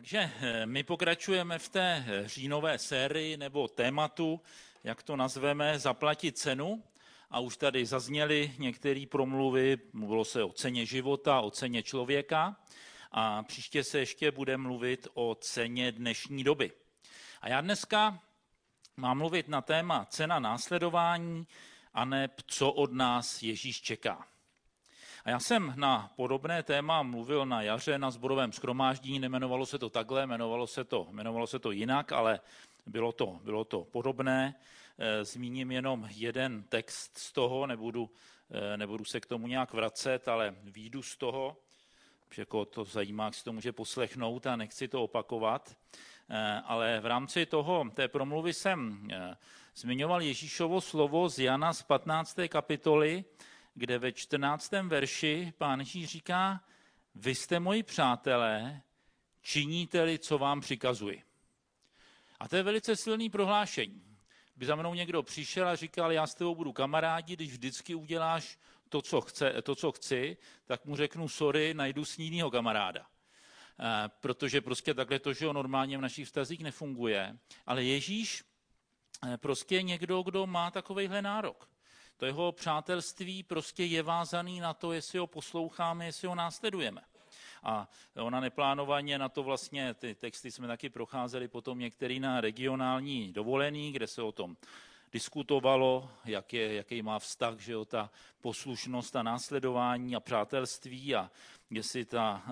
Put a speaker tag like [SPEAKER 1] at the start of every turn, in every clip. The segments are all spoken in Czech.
[SPEAKER 1] Takže my pokračujeme v té říjnové sérii nebo tématu, jak to nazveme, zaplatit cenu. A už tady zazněly některé promluvy, mluvilo se o ceně života, o ceně člověka. A příště se ještě bude mluvit o ceně dnešní doby. A já dneska mám mluvit na téma cena následování, aneb co od nás Ježíš čeká. A já jsem na podobné téma mluvil na jaře na sborovém shromáždění, nemenovalo se to takhle, jmenovalo se to jinak, ale bylo to podobné. Zmíním jenom jeden text z toho, nebudu se k tomu nějak vracet, ale výjdu z toho, protože to zajímá, jak si to může poslechnout a nechci to opakovat. Ale v rámci té promluvy jsem zmiňoval Ježíšovo slovo z Jana z 15. kapitoly, kde ve 14. verši Pán Ježíš říká: vy jste moji přátelé, činíte-li, co vám přikazuji. A to je velice silný prohlášení. Kdyby za mnou někdo přišel a říkal, já s tebou budu kamarádi, když vždycky uděláš to, co chci, tak mu řeknu sorry, najdu si jinýho kamaráda. Protože prostě takhle to, že normálně v našich vztazích nefunguje. Ale Ježíš prostě je někdo, kdo má takovejhle nárok. To jeho přátelství prostě je vázaný na to, jestli ho posloucháme, jestli ho následujeme. A ona neplánovaně na to vlastně, ty texty jsme taky procházeli potom některý na regionální dovolený, kde se o tom diskutovalo, jaký má vztah, že ta poslušnost a následování a přátelství a jestli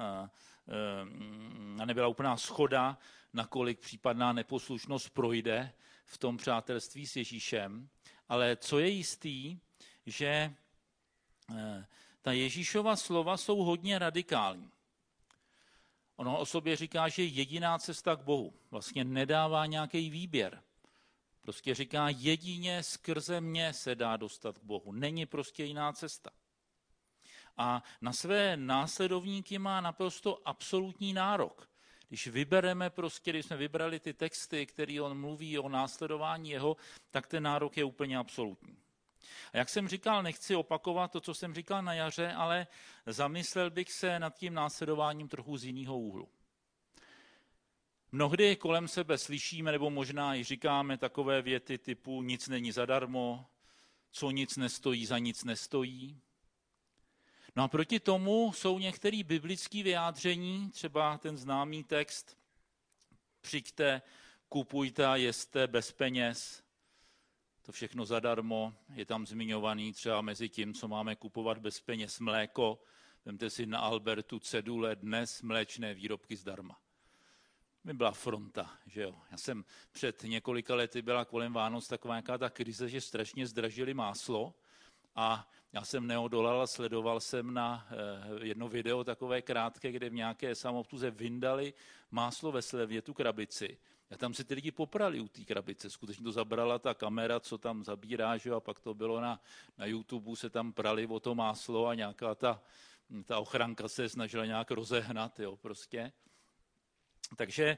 [SPEAKER 1] nebyla úplná shoda, nakolik případná neposlušnost projde v tom přátelství s Ježíšem. Ale co je jistý, že ta Ježíšova slova jsou hodně radikální. Ono o sobě říká, že jediná cesta k Bohu. Vlastně nedává nějaký výběr. Prostě říká, jedině skrze mě se dá dostat k Bohu. Není prostě jiná cesta. A na své následovníky má naprosto absolutní nárok. Když jsme vybrali ty texty, které on mluví o následování jeho, tak ten nárok je úplně absolutní. A jak jsem říkal, nechci opakovat to, co jsem říkal na jaře, ale zamyslel bych se nad tím následováním trochu z jiného úhlu. Mnohdy kolem sebe slyšíme, nebo možná i říkáme takové věty typu nic není zadarmo, co nic nestojí, za nic nestojí. No a proti tomu jsou některé biblické vyjádření, třeba ten známý text přijďte, kupujte a jeste bez peněz, to všechno zadarmo, je tam zmiňovaný třeba mezi tím, co máme kupovat bez peněz, mléko, vemte si na Albertu cedule dnes mléčné výrobky zdarma. My byla fronta, že jo. Já jsem před několika lety byla kolem Vánoc taková nějaká ta krize, že strašně zdražili máslo a já jsem neodolal a sledoval jsem na jedno video takové krátké, kde v nějaké samoobsluze vyndali máslo ve slevě, tu krabici. A tam se ty lidi poprali u té krabice. Skutečně to zabrala ta kamera, co tam zabírá, že? A pak to bylo na YouTube, se tam prali o to máslo a nějaká ta ochranka se snažila nějak rozehnat, jo, prostě. Takže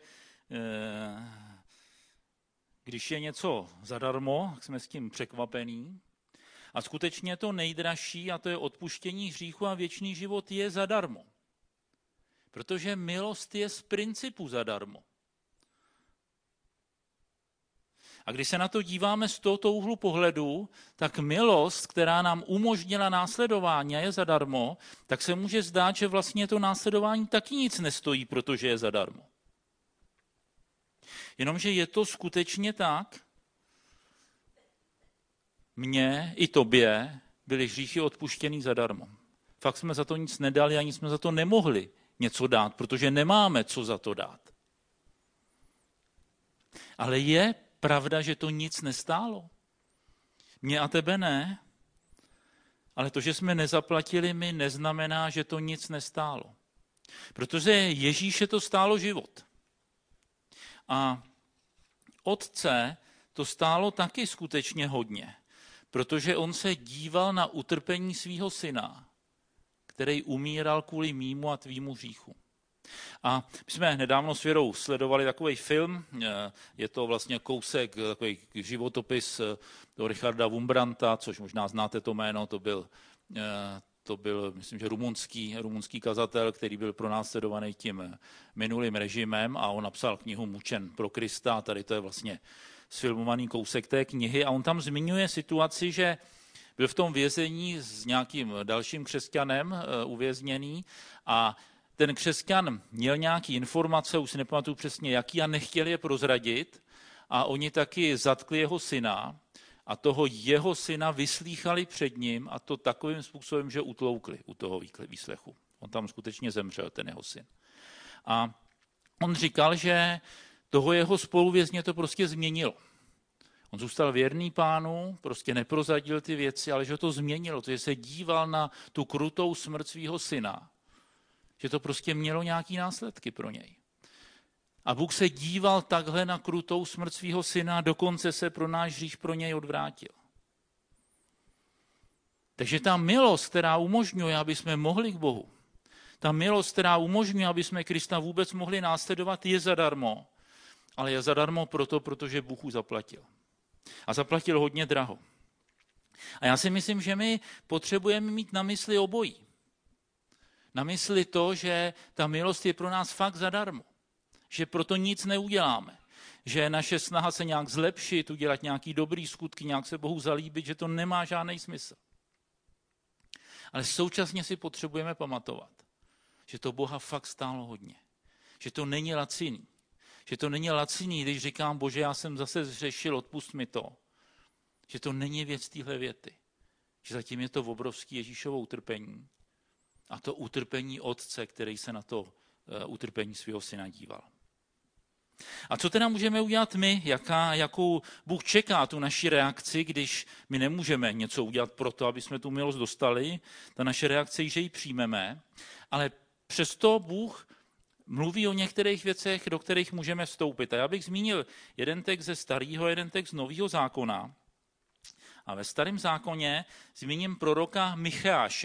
[SPEAKER 1] když je něco zadarmo, tak jsme s tím překvapení. A skutečně to nejdražší, a to je odpuštění hříchu a věčný život, je zadarmo. Protože milost je z principu zadarmo. A když se na to díváme z tohoto úhlu pohledu, tak milost, která nám umožnila následování a je zadarmo, tak se může zdát, že vlastně to následování taky nic nestojí, protože je zadarmo. Jenomže je to skutečně tak. Mně i tobě byly hříchy odpuštěný zadarmo. Fakt jsme za to nic nedali, ani jsme za to nemohli něco dát, protože nemáme co za to dát. Ale je pravda, že to nic nestálo? Mně a tebe ne, ale to, že jsme nezaplatili my, neznamená, že to nic nestálo. Protože Ježíše to stálo život. A Otce to stálo taky skutečně hodně, protože on se díval na utrpení svého syna, který umíral kvůli mýmu a tvýmu hříchu. A my jsme nedávno s Věrou sledovali takový film, je to vlastně kousek, takový životopis do Richarda Wurmbrandta, což možná znáte to jméno, to byl to byl, myslím, že rumunský kazatel, který byl pronásledovaný tím minulým režimem a on napsal knihu Mučen pro Krista a tady to je vlastně sfilmovaný kousek té knihy a on tam zmiňuje situaci, že byl v tom vězení s nějakým dalším křesťanem uvězněný a ten křesťan měl nějaké informace, už si nepamatuju přesně jaký, a nechtěl je prozradit a oni taky zatkli jeho syna a toho jeho syna vyslýchali před ním a to takovým způsobem, že utloukli u toho výslechu. On tam skutečně zemřel, ten jeho syn. A on říkal, že toho jeho spoluvězně to prostě změnilo. On zůstal věrný Pánu, prostě neprozradil ty věci, ale že to změnilo, že se díval na tu krutou smrt svého syna, že to prostě mělo nějaký následky pro něj. A Bůh se díval takhle na krutou smrt svého syna a dokonce se pro náš hřích pro něj odvrátil. Takže ta milost, která umožňuje, aby jsme mohli k Bohu, ta milost, která umožňuje, aby jsme Krista vůbec mohli následovat, je zadarmo. Ale je zadarmo protože Bůh ji zaplatil. A zaplatil hodně draho. A já si myslím, že my potřebujeme mít na mysli obojí. Na mysli to, že ta milost je pro nás fakt zadarmo. Že proto nic neuděláme. Že naše snaha se nějak zlepšit, udělat nějaký dobrý skutky, nějak se Bohu zalíbit, že to nemá žádný smysl. Ale současně si potřebujeme pamatovat, že to Boha fakt stálo hodně. Že to není laciný. Že to není laciný, když říkám, Bože, já jsem zase zřešil, odpust mi to. Že to není věc téhle věty. Že zatím je to obrovský Ježíšovo utrpení. A to utrpení Otce, který se na to utrpení svého syna díval. A co teda můžeme udělat my? Jakou Bůh čeká tu naši reakci, když my nemůžeme něco udělat pro to, aby jsme tu milost dostali? Ta naše reakce je, že ji přijmeme, ale přesto Bůh mluví o některých věcech, do kterých můžeme vstoupit. A já bych zmínil jeden text ze Starého, jeden text z Nového zákona. A ve Starém zákoně zmíním proroka Micheáše.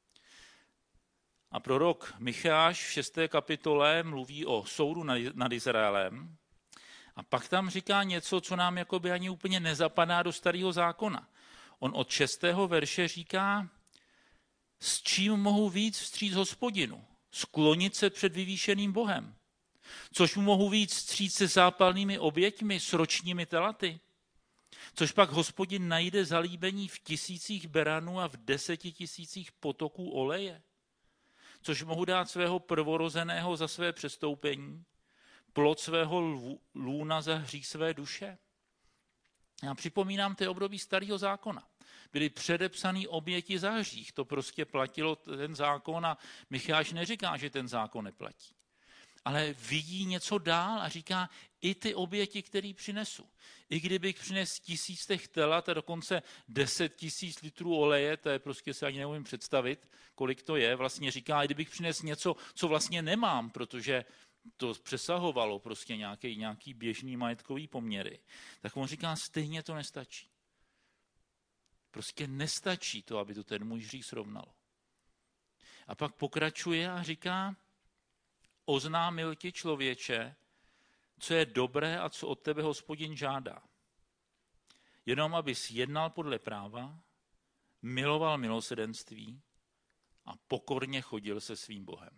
[SPEAKER 1] A prorok Micheáš v 6. kapitole mluví o soudu nad Izraelem a pak tam říká něco, co nám jakoby ani úplně nezapadá do Starého zákona. On od 6. verše říká, s čím mohu víc vstříc Hospodinu, sklonit se před vyvýšeným Bohem, což mu mohu víc vstříc se zápalnými oběťmi, s ročními telaty, což pak Hospodin najde zalíbení v 1000 beranů a v 10 000 potoků oleje, což mohu dát svého prvorozeného za své přestoupení, plod svého lůna za hřích své duše. Já připomínám ty období Starého zákona. Byly předepsané oběti za hřích, to prostě platilo ten zákon a Micháš neříká, že ten zákon neplatí. Ale vidí něco dál a říká, i ty oběti, které přinesu. I kdybych přinesl 1000 telat a dokonce 10 000 litrů oleje, to je prostě si ani neumím představit, kolik to je, vlastně říká, i kdybych přinesl něco, co vlastně nemám, protože to přesahovalo prostě nějaký běžný majetkový poměry, tak on říká, stejně to nestačí. Prostě nestačí to, aby to ten můj hřích srovnalo. A pak pokračuje a říká, oznámil ti člověče, co je dobré a co od tebe Hospodin žádá. Jenom abys jednal podle práva, miloval milosrdenství a pokorně chodil se svým Bohem.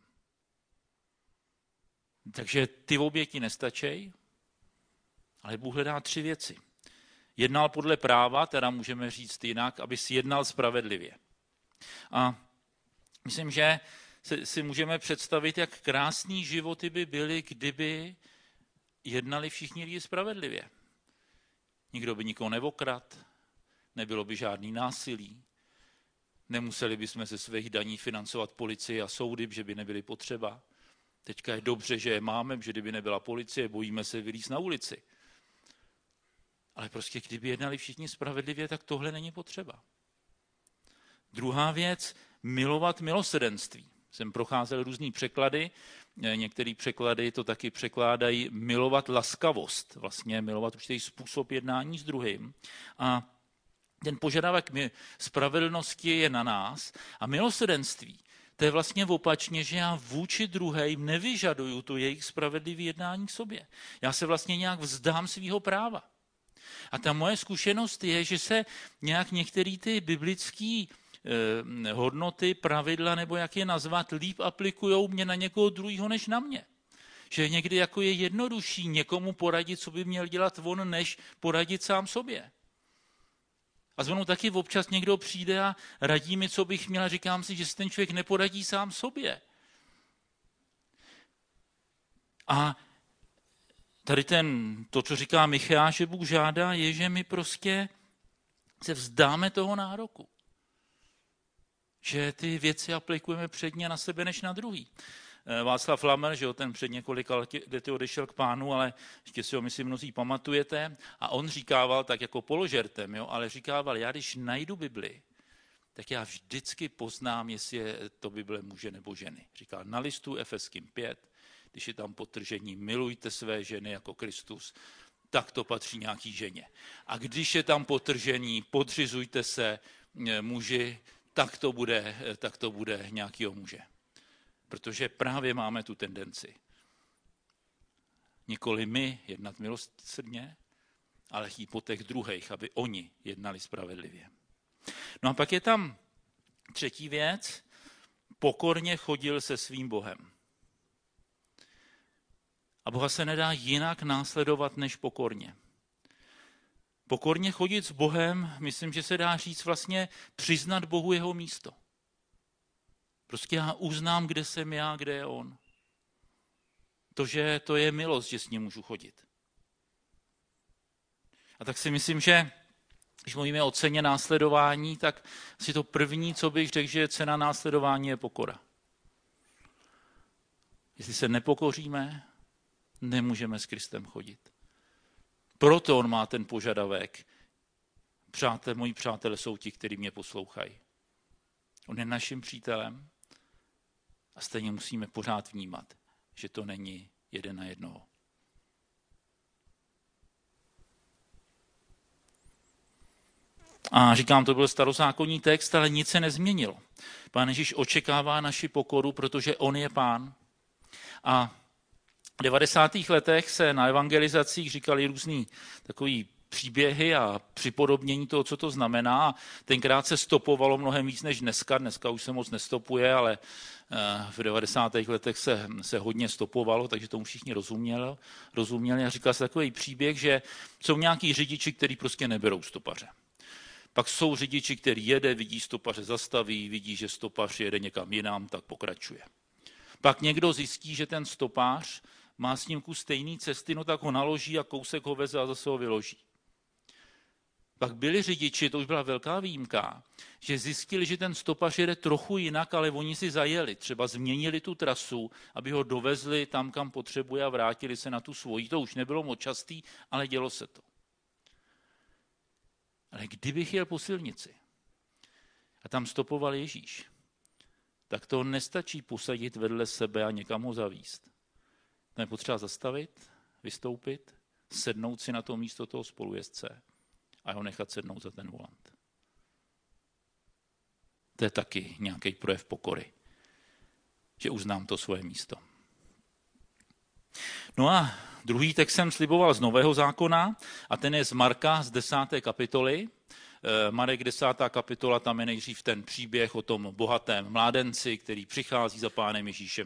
[SPEAKER 1] Takže ty oběti nestačí, ale Bůh hledá 3 věci. Jednal podle práva, teda můžeme říct jinak, abys jednal spravedlivě. A myslím, že si můžeme představit, jak krásný životy by byly, kdyby jednali všichni lidi spravedlivě. Nikdo by nikoho neokradl, nebylo by žádný násilí, nemuseli bychom ze svých daní financovat policii a soudy, že by nebyly potřeba. Teďka je dobře, že je máme, že kdyby nebyla policie, bojíme se vylízt na ulici. Ale prostě kdyby jednali všichni spravedlivě, tak tohle není potřeba. Druhá věc, milovat milosrdenství. Jsem procházel různý překlady, některé překlady to taky překládají milovat laskavost, vlastně milovat určitý způsob jednání s druhým. A ten požadavek spravedlnosti je na nás a milosrdenství, to je vlastně opačně, že já vůči druhým nevyžaduju to jejich spravedlivé jednání k sobě. Já se vlastně nějak vzdám svého práva. A ta moje zkušenost je, že se nějak některé ty biblické hodnoty, pravidla, nebo jak je nazvat, líp aplikujou mě na někoho druhého než na mě. Že někdy jako je jednodušší někomu poradit, co by měl dělat on, než poradit sám sobě. A zvonou taky občas někdo přijde a radí mi, co bych měl, a říkám si, že si ten člověk neporadí sám sobě. A tady to, co říká Micháš, že Bůh žádá, je, že my prostě se vzdáme toho nároku. Že ty věci aplikujeme předně na sebe než na druhý. Václav Lamer, že ten před několika lety odešel k Pánu, ale ještě si ho myslím mnozí pamatujete, a on říkával tak jako položertem, ale říkával, já když najdu Bibli, tak já vždycky poznám, jestli je to Bible muže nebo ženy. Říkal na listu Efeským 5, když je tam podtržení milujte své ženy jako Kristus, tak to patří nějaký ženě. A když je tam podtržení podřizujte se muži, tak to bude nějakýho muže. Protože právě máme tu tendenci. Nikoli my jednat milosrdně, ale chtít po těch druhých, aby oni jednali spravedlivě. No a pak je tam třetí věc. Pokorně chodil se svým Bohem. A Boha se nedá jinak následovat, než pokorně. Pokorně chodit s Bohem, myslím, že se dá říct vlastně přiznat Bohu jeho místo. Prostě já uznám, kde jsem já, kde je on. To je milost, že s ním můžu chodit. A tak si myslím, že když mluvíme o ceně následování, tak asi to první, co bych řekl, že cena následování je pokora. Jestli se nepokoříme, nemůžeme s Kristem chodit. Proto on má ten požadavek. Moji přátelé jsou ti, kteří mě poslouchají. On je naším přítelem a stejně musíme pořád vnímat, že to není jeden na jednoho. A říkám, to byl starozákonní text, ale nic se nezměnilo. Pán Ježíš očekává naši pokoru, protože on je Pán. A v 90. letech se na evangelizacích říkali různý takový příběhy a připodobnění toho, co to znamená. A tenkrát se stopovalo mnohem víc než dneska. Dneska už se moc nestopuje, ale v 90. letech se hodně stopovalo, takže tomu všichni rozuměli. A říkal se takový příběh, že jsou nějaký řidiči, kteří prostě neberou stopaře. Pak jsou řidiči, který jede, vidí stopaře, zastaví, vidí, že stopař jede někam jinam, tak pokračuje. Pak někdo zjistí, že ten stopář má snímku stejné cesty, no tak ho naloží a kousek ho veze a zase ho vyloží. Pak byli řidiči, to už byla velká výjimka, že zjistili, že ten stopař jede trochu jinak, ale oni si zajeli, třeba změnili tu trasu, aby ho dovezli tam, kam potřebuje a vrátili se na tu svoji. To už nebylo moc častý, ale dělo se to. Ale kdybych jel po silnici a tam stopoval Ježíš, tak to nestačí posadit vedle sebe a někam ho zavíst. To je potřeba zastavit, vystoupit, sednout si na to místo toho spolujezdce a ho nechat sednout za ten volant. To je taky nějaký projev pokory, že uznám to svoje místo. No a druhý text jsem sliboval z Nového zákona a ten je z Marka z 10. kapitoly. Marek 10. kapitola, tam je nejdřív ten příběh o tom bohatém mládenci, který přichází za Pánem Ježíšem,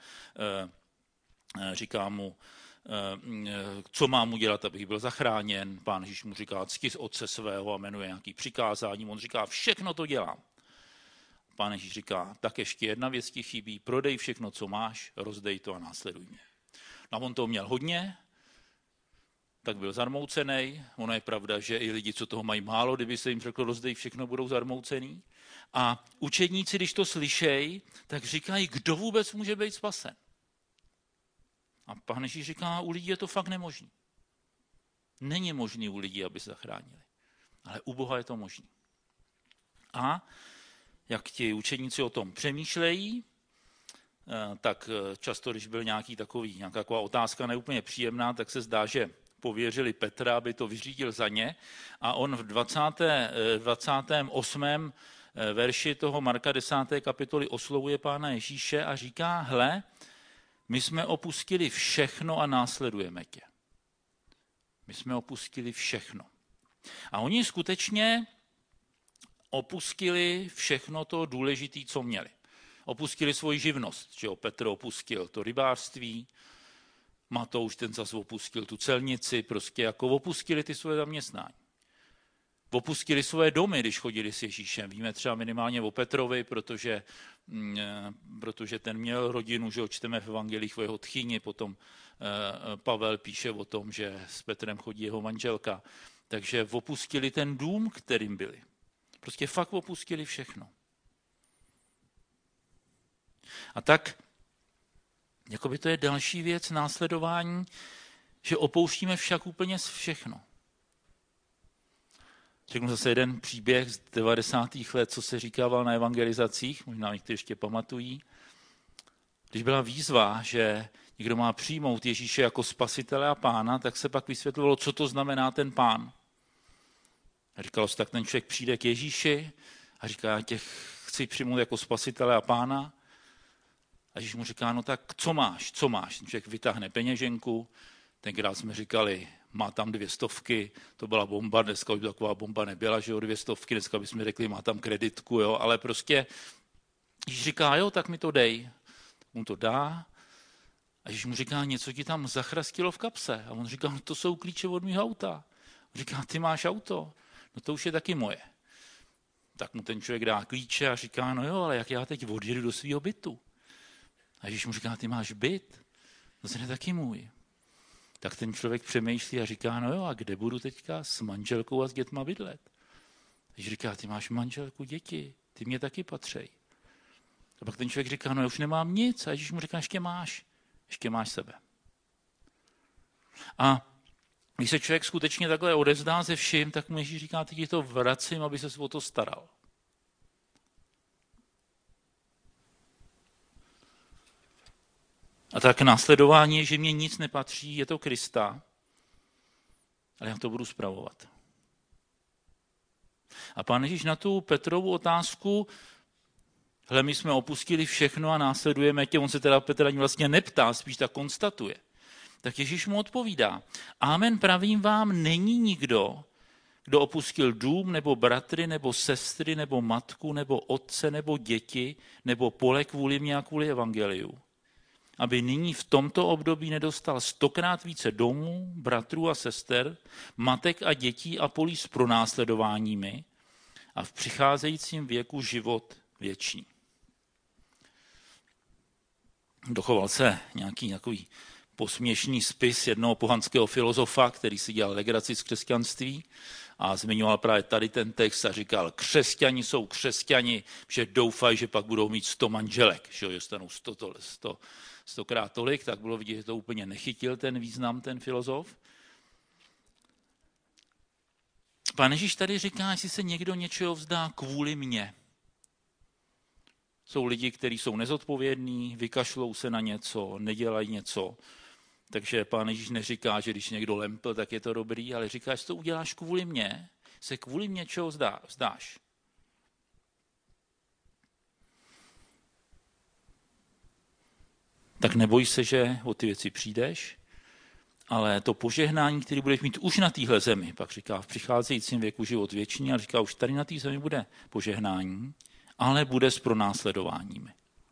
[SPEAKER 1] říká mu, co mám udělat, abych byl zachráněn. Pán Ježíš mu říká, cti otce svého a jmenuje nějaký přikázání. On říká, všechno to dělám. Pán Ježíš říká, tak ještě jedna věc ti chybí, prodej všechno, co máš, rozdej to a následuj mě. No on toho měl hodně, tak byl zarmoucený. Ono je pravda, že i lidi, co toho mají málo, kdyby se jim řeklo, rozdej všechno, budou zarmoucený. A učedníci, když to slyšejí, tak říkají, kdo vůbec může být spasen. A Pán Ježíš říká, u lidí je to fakt nemožný. Není možný u lidí, aby se zachránili. Ale u Boha je to možný. A jak ti učedníci o tom přemýšlejí, tak často, když byl nějaká taková otázka neúplně příjemná, tak se zdá, že pověřili Petra, aby to vyřídil za ně. A on v 28. verši toho Marka 10. kapitoly oslovuje Pána Ježíše a říká, hle, my jsme opustili všechno a následujeme tě. My jsme opustili všechno. A oni skutečně opustili všechno to důležité, co měli. Opustili svoji živnost, že jo? Petr opustil to rybářství, Matouš ten zase opustil tu celnici, prostě jako opustili ty svoje zaměstnání. Opustili svoje domy, když chodili s Ježíšem. Víme třeba minimálně o Petrovi, protože ten měl rodinu, že ho čteme v evangelích o jeho tchýni, potom Pavel píše o tom, že s Petrem chodí jeho manželka. Takže opustili ten dům, kterým byli. Prostě fakt opustili všechno. A tak, jakoby to je další věc následování, že opouštíme však úplně všechno. Řeknu zase jeden příběh z 90. let, co se říkával na evangelizacích, možná někteří ještě pamatují. Když byla výzva, že někdo má přijmout Ježíše jako spasitele a pána, tak se pak vysvětlovalo, co to znamená ten pán. A říkalo se, tak ten člověk přijde k Ježíši a říká, já tě chci přijmout jako spasitele a pána. A Ježíš mu říká, no tak co máš? Ten člověk vytáhne peněženku, tenkrát jsme říkali, má tam 200, to byla bomba, dneska už taková bomba nebyla, že jo, 200, dneska bychom řekli, má tam kreditku, jo, ale prostě Ježíš říká, jo, tak mi to dej. On to dá a Ježíš mu říká, něco ti tam zachrastilo v kapse. A on říká, no to jsou klíče od mého auta. On říká, ty máš auto, no to už je taky moje. Tak mu ten člověk dá klíče a říká, no jo, ale jak já teď odjedu do svého bytu. A Ježíš mu říká, ty máš byt, no to je taky můj. Tak ten člověk přemýšlí a říká, no jo, a kde budu teďka s manželkou a s dětma bydlet? Ježíš říká, ty máš manželku, děti, ty mě taky patří. A pak ten člověk říká, no já už nemám nic. A Ježíš mu říká, ještě máš sebe. A když se člověk skutečně takhle odevzdá ze vším, tak mu Ježíš říká, teď to vracím, aby se o to staral. A tak následování je, že mě nic nepatří, je to Krista, ale já to budu spravovat. A Pán Ježíš na tu Petrovu otázku, hle, my jsme opustili všechno a následujeme tě, on se teda Petra ani vlastně neptá, spíš tak konstatuje. Tak Ježíš mu odpovídá, amen, pravím vám, není nikdo, kdo opustil dům, nebo bratry, nebo sestry, nebo matku, nebo otce, nebo děti, nebo pole kvůli mě a kvůli evangeliu, aby nyní v tomto období nedostal 100krát více domů, bratrů a sester, matek a dětí a polí s pronásledováními a v přicházejícím věku život věčný. Dochoval se nějaký takový posměšný spis jednoho pohanského filozofa, který si dělal legraci z křesťanství a zmiňoval právě tady ten text a říkal, křesťani jsou křesťani, že doufají, že pak budou mít 100 manželek, že dostanou 100krát tolik, tak bylo vidět, že to úplně nechytil ten význam, ten filozof. Pán Ježíš tady říká, jestli se někdo něčeho vzdá kvůli mně. Jsou lidi, kteří jsou nezodpovědní, vykašlou se na něco, nedělají něco. Takže Pán Ježíš neříká, že když někdo lempl, tak je to dobrý, ale říká, že to uděláš kvůli mně, se kvůli mě čeho vzdáš. Tak neboj se, že o ty věci přijdeš, ale to požehnání, které budeš mít už na téhle zemi, pak říká v přicházejícím věku život věčný, ale říká, už tady na té zemi bude požehnání, ale bude s pronásledováními.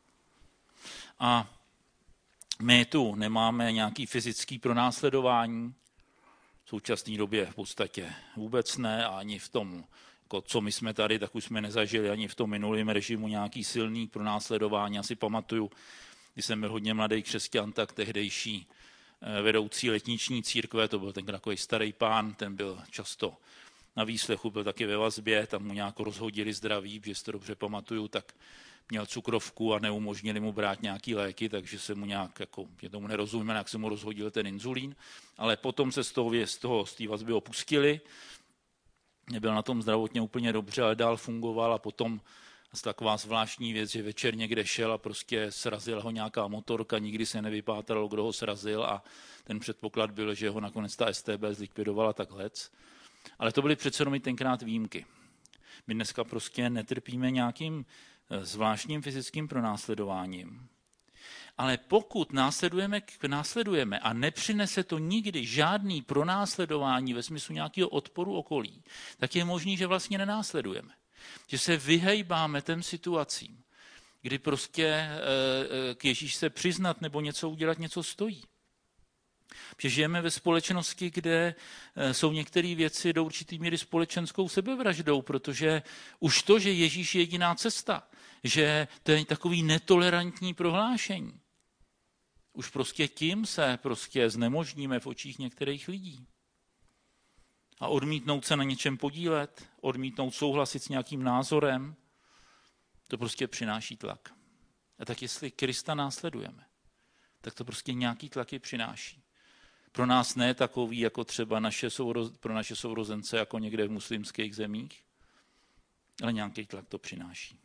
[SPEAKER 1] A my tu nemáme nějaký fyzický pronásledování, v současné době v podstatě vůbec ne, a ani v tom, jako co my jsme tady, tak už jsme nezažili ani v tom minulém režimu nějaký silný pronásledování. Já si pamatuju, když jsem byl hodně mladý křesťan, tak tehdejší vedoucí letniční církve, to byl ten takový starý pán, ten byl často na výslechu, byl taky ve vazbě, tam mu nějak rozhodili zdraví, že si to dobře pamatuju, tak měl cukrovku a neumožnili mu brát nějaký léky, takže se mu nějak, jako, je tomu nerozumíme, jak se mu rozhodil ten inzulín, ale potom se z té vazby opustili, nebyl na tom zdravotně úplně dobře, ale dál fungoval a potom taková zvláštní věc, že večer někde šel a prostě srazila ho nějaká motorka, nikdy se nevypátralo, kdo ho srazil a ten předpoklad byl, že ho nakonec ta STB zlikvidovala taklec. Ale to byly přece jenom tenkrát výjimky. My dneska prostě netrpíme nějakým zvláštním fyzickým pronásledováním. Ale pokud následujeme a nepřinese to nikdy žádný pronásledování ve smyslu nějakého odporu okolí, tak je možný, že vlastně nenásledujeme. Že se vyhejbáme těm situacím, kdy prostě k Ježíš se přiznat nebo něco udělat, něco stojí. Že žijeme ve společnosti, kde jsou některé věci do určitý míry společenskou sebevraždou, protože už to, že Ježíš je jediná cesta, že to je takový netolerantní prohlášení, už prostě tím se prostě znemožníme v očích některých lidí. A odmítnout se na něčem podílet, odmítnout souhlasit s nějakým názorem, to prostě přináší tlak. A tak jestli Krista následujeme, tak to prostě nějaký tlaky přináší. Pro nás ne takový, jako třeba pro naše sourozence, jako někde v muslimských zemích, ale nějaký tlak to přináší.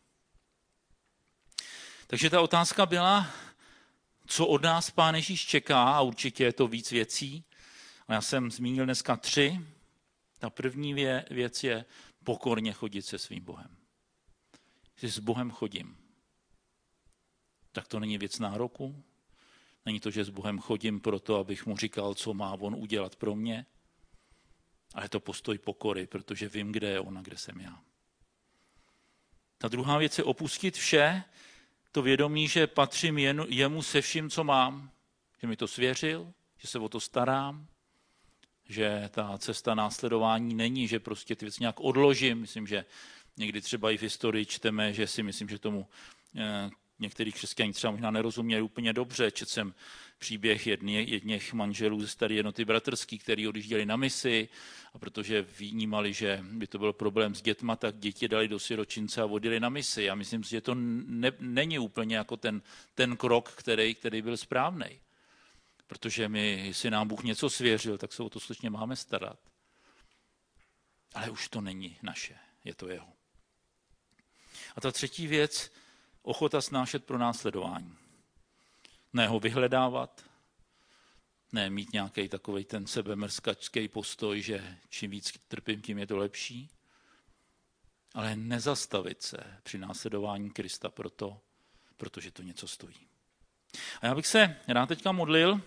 [SPEAKER 1] Takže ta otázka byla, co od nás Pán Ježíš čeká, a určitě je to víc věcí. A já jsem zmínil dneska 3. Ta první věc je pokorně chodit se svým Bohem. Když s Bohem chodím, tak to není věc nároku. Není to, že s Bohem chodím proto, abych mu říkal, co má on udělat pro mě, ale je to postoj pokory, protože vím, kde je on a kde jsem já. Ta druhá věc je opustit vše, to vědomí, že patřím jemu se vším, co mám, že mi to svěřil, že se o to starám, že ta cesta následování není, že prostě ty věci nějak odložím. Myslím, že někdy třeba i v historii čteme, že si myslím, že tomu některých křesťaní třeba možná nerozuměli úplně dobře. Četl jsem příběh jedněch manželů ze Staré jednoty bratrský, který odjížděli na misi, a protože vnímali, že by to byl problém s dětma, tak děti dali do siročince a odjeli na misi. Já myslím si, že to není úplně jako ten krok, který byl správný. Protože jestli nám Bůh něco svěřil, tak se o to skutečně máme starat. Ale už to není naše, je to jeho. A ta třetí věc, ochota snášet pronásledování. Ne ho vyhledávat, ne mít nějaký takovej ten sebemrskačský postoj, že čím víc trpím, tím je to lepší, ale nezastavit se při následování Krista protože to něco stojí. A já bych se rád teďka modlil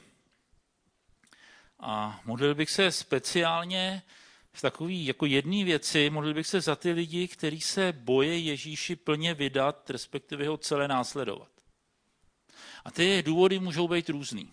[SPEAKER 1] a modlil bych se speciálně v takový jako jedné věci, modlil bych se za ty lidi, kteří se bojí Ježíši plně vydat, respektive ho celé následovat. A ty důvody můžou být různý.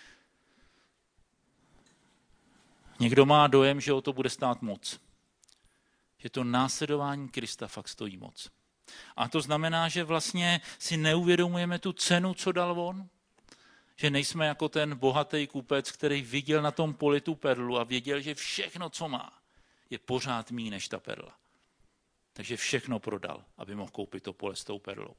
[SPEAKER 1] Někdo má dojem, že o to bude stát moc. Že to následování Krista fakt stojí moc. A to znamená, že vlastně si neuvědomujeme tu cenu, co dal on. Že nejsme jako ten bohatý kupec, který viděl na tom poli tu perlu a věděl, že všechno, co má, je pořád míň než ta perla. Takže všechno prodal, aby mohl koupit to pole s tou perlou.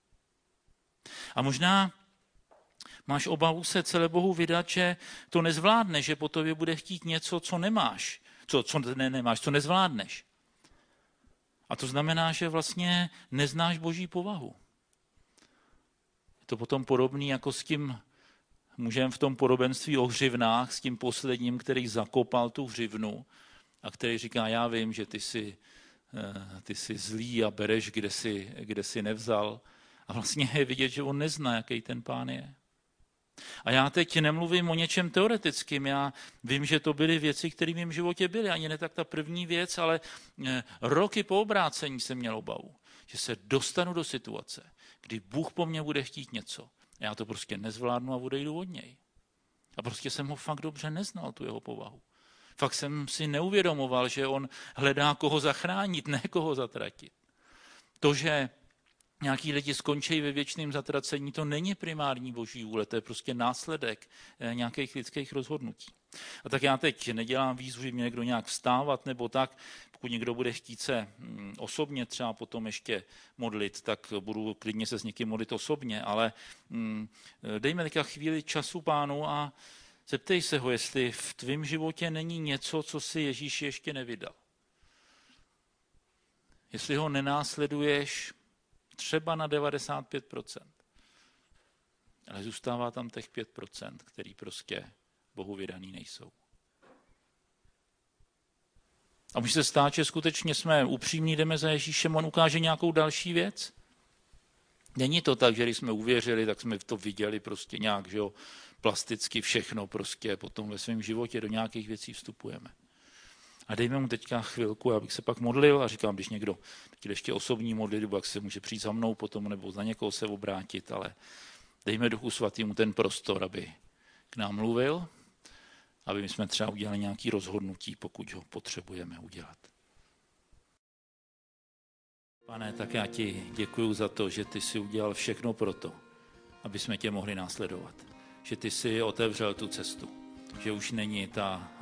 [SPEAKER 1] A možná máš obavu se celé Bohu vydat, že to nezvládneš, že po tobě bude chtít něco, co nemáš, co nezvládneš. A to znamená, že vlastně neznáš Boží povahu. Je to potom podobný jako s tím mužem v tom podobenství o hřivnách, s tím posledním, který zakopal tu hřivnu a který říká, já vím, že ty jsi zlý a bereš, kde jsi nevzal. A vlastně je vidět, že on nezná, jaký ten Pán je. A já teď nemluvím o něčem teoretickým, já vím, že to byly věci, které v mém životě byly, ani ne tak ta první věc, ale roky po obrácení jsem měl obavu, že se dostanu do situace, kdy Bůh po mně bude chtít něco. A já to prostě nezvládnu a odejdu od něj. A prostě jsem ho fakt dobře neznal, tu jeho povahu. Fakt jsem si neuvědomoval, že on hledá koho zachránit, ne koho zatratit. To, že nějaký lidi skončí ve věčném zatracení, to není primární Boží vůle, to je prostě následek nějakých lidských rozhodnutí. A tak já teď nedělám výzvu, že mě někdo nějak vstávat nebo tak, pokud někdo bude chtít se osobně třeba potom ještě modlit, tak budu klidně se s někým modlit osobně, ale dejme teďka chvíli času Pánu a zeptej se ho, jestli v tvém životě není něco, co si Ježíš ještě nevydal. Jestli ho nenásleduješ třeba na 95%, ale zůstává tam těch 5%, který prostě Bohu vydaný nejsou. A může se stát, že skutečně jsme upřímní, jdeme za Ježíšem, on ukáže nějakou další věc. Není to tak, že když jsme uvěřili, tak jsme to viděli prostě nějak, že jo, plasticky všechno prostě potom ve svém životě do nějakých věcí vstupujeme. A dejme mu teďka chvilku, abych se pak modlil a říkám, když někdo chtěl ještě osobní modlitbu, jak se může přijít za mnou potom nebo za někoho se obrátit, ale dejme Duchu Svatýmu ten prostor, aby k nám mluvil, aby my jsme třeba udělali nějaké rozhodnutí, pokud ho potřebujeme udělat. Pane, tak já ti děkuju za to, že ty jsi udělal všechno pro to, aby jsme tě mohli následovat. Že ty jsi otevřel tu cestu. Že už není ta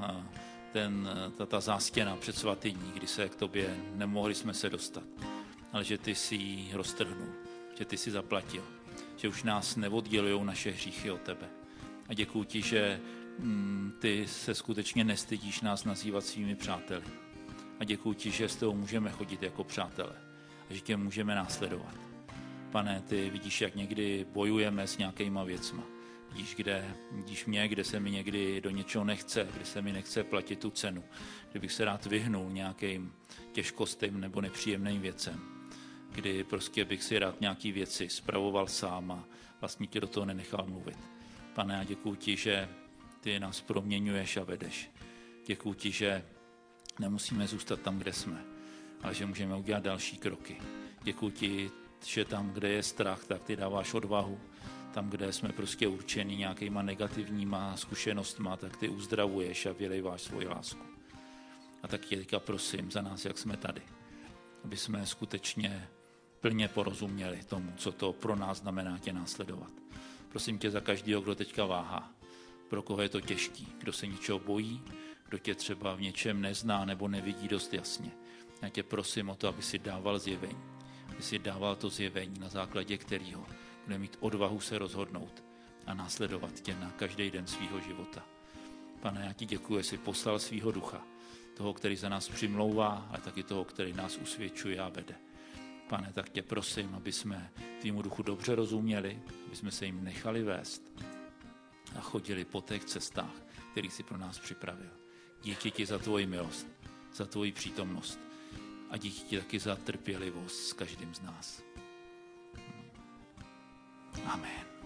[SPEAKER 1] zástěna před svatyní, kdy se k tobě nemohli jsme se dostat. Ale že ty jsi ji roztrhnul. Že ty jsi zaplatil. Že už nás neoddělují naše hříchy od tebe. A děkuju ti, že ty se skutečně nestydíš nás nazývat svými přáteli. A děkuju ti, že s tebou můžeme chodit jako přátelé. A že tě můžeme následovat. Pane, ty vidíš, jak někdy bojujeme s nějakýma věcma. Vidíš mě, kde se mi někdy do něčeho nechce, kde se mi nechce platit tu cenu. Kdybych se rád vyhnul nějakým těžkostem nebo nepříjemným věcem. Kdy prostě bych si rád nějaký věci spravoval sám a vlastně tě do toho nenechal mluvit. Pane, já děkuju ti, že ty nás proměňuješ a vedeš. Děkuju ti, že nemusíme zůstat tam, kde jsme, ale že můžeme udělat další kroky. Děkuju ti, že tam, kde je strach, tak ty dáváš odvahu. Tam, kde jsme prostě určeni nějakýma negativníma zkušenostma, tak ty uzdravuješ a vylejváš svoji lásku. A tak tě teďka prosím za nás, jak jsme tady, aby jsme skutečně plně porozuměli tomu, co to pro nás znamená tě následovat. Prosím tě za každého, kdo teďka váhá, pro koho je to těžký, kdo se ničeho bojí, kdo tě třeba v něčem nezná nebo nevidí dost jasně. Já tě prosím o to, aby si dával zjevení, aby si dával to zjevení, na základě kterého bude mít odvahu se rozhodnout a následovat tě na každý den svýho života. Pane, já ti děkuji, že jsi poslal svýho ducha, toho, který za nás přimlouvá, ale taky toho, který nás usvědčuje a vede. Pane, tak tě prosím, aby jsme tvýmu duchu dobře rozuměli, aby jsme se jim nechali vést a chodili po těch cestách, který jsi pro nás připravil. Díky ti za tvoji milost, za tvoji přítomnost a díky ti taky za trpělivost s každým z nás. Amen.